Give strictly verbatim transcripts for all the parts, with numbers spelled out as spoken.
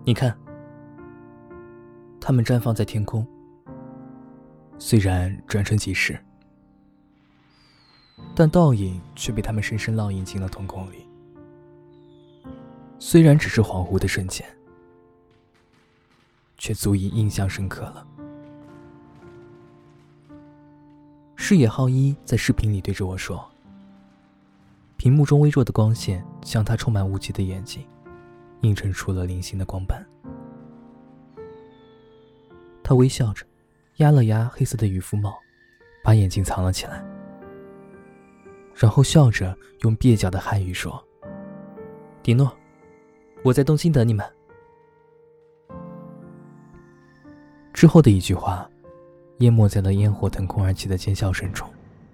你看，它们绽放在天空，虽然转瞬即逝，但倒影却被它们深深烙印进了瞳孔里。虽然只是恍惚的瞬间，却足以印象深刻了。视野浩一在视频里对着我说，屏幕中微弱的光线将他充满雾气的眼睛映衬出了零星的光斑。他微笑着压了压黑色的渔夫帽，把眼睛藏了起来，然后笑着用蹩脚的汉语说，迪诺，我在东京等你们。之后的一句话淹没在了烟火腾空而起的尖笑声中。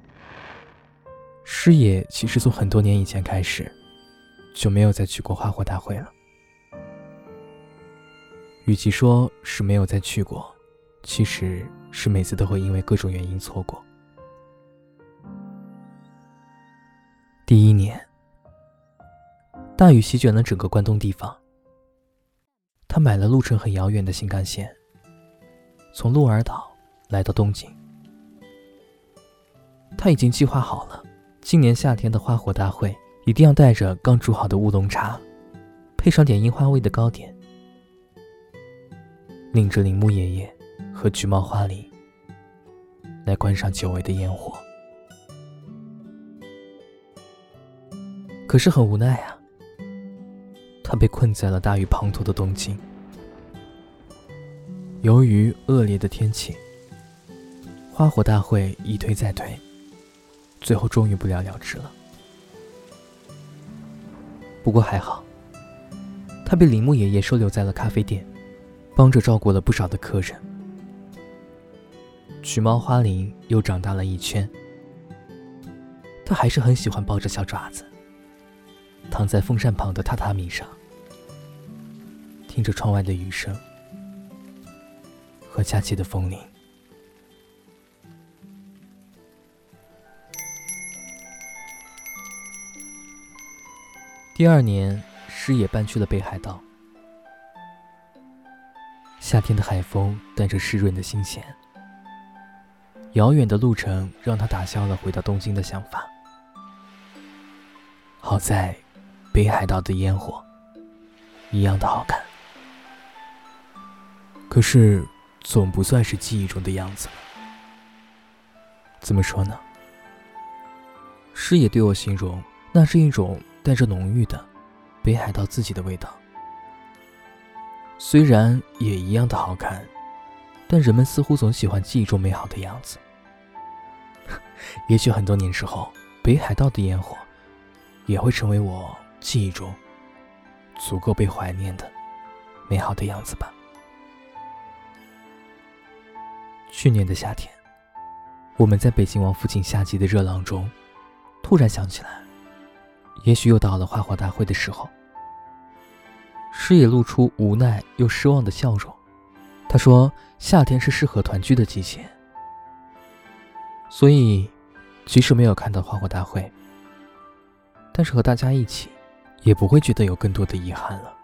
师爷其实从很多年以前开始就没有再去过花火大会了，与其说是没有再去过，其实是每次都会因为各种原因错过。第一年，大雨席卷了整个关东地方，他买了路程很遥远的新干线，从鹿儿岛来到东京。他已经计划好了，今年夏天的花火大会一定要带着刚煮好的乌龙茶，配上点樱花味的糕点，领着铃木爷爷和橘猫花铃来观赏久违的烟火。可是很无奈啊，他被困在了大雨滂沱的东京。由于恶劣的天气，花火大会一推再推，最后终于不了了之了。不过还好，他被铃木爷爷收留在了咖啡店，帮着照顾了不少的客人。橘猫花铃又长大了一圈，他还是很喜欢抱着小爪子，躺在风扇旁的榻榻米上，听着窗外的雨声和假期的风铃。第二年，师爷搬去了北海道。夏天的海风带着湿润的新鲜，遥远的路程让他打消了回到东京的想法。好在北海道的烟火一样的好看，可是总不算是记忆中的样子了。怎么说呢？师爷对我形容，那是一种带着浓郁的北海道自己的味道。虽然也一样的好看，但人们似乎总喜欢记忆中美好的样子。也许很多年之后，北海道的烟火也会成为我记忆中足够被怀念的美好的样子吧。去年的夏天，我们在北京往附近夏季的热浪中，突然想起来，也许又到了花火大会的时候。师爷露出无奈又失望的笑容，他说夏天是适合团聚的季节，所以即使没有看到花火大会，但是和大家一起也不会觉得有更多的遗憾了。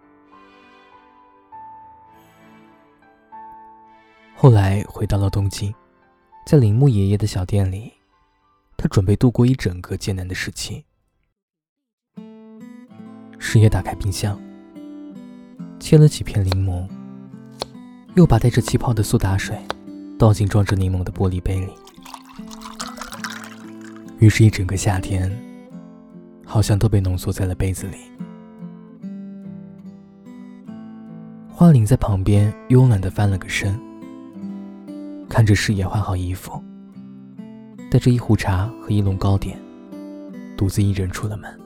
后来回到了东京，在铃木爷爷的小店里，他准备度过一整个艰难的时期。师爷打开冰箱，切了几片柠檬，又把带着气泡的苏打水倒进装着柠檬的玻璃杯里。于是一整个夏天好像都被浓缩在了杯子里。花铃在旁边慵懒地翻了个身，看着师爷换好衣服，带着一壶茶和一笼糕点，独自一人出了门。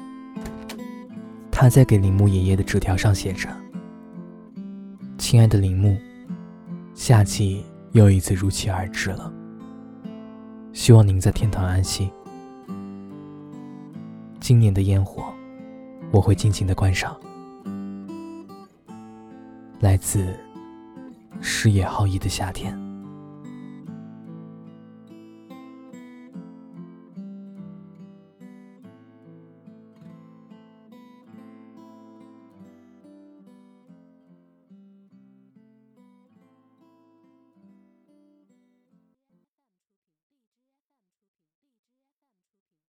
他在给铃木爷爷的纸条上写着，亲爱的铃木，夏季又一次如期而至了，希望您在天堂安息。今年的烟火我会尽情的观赏。来自师野浩一的夏天。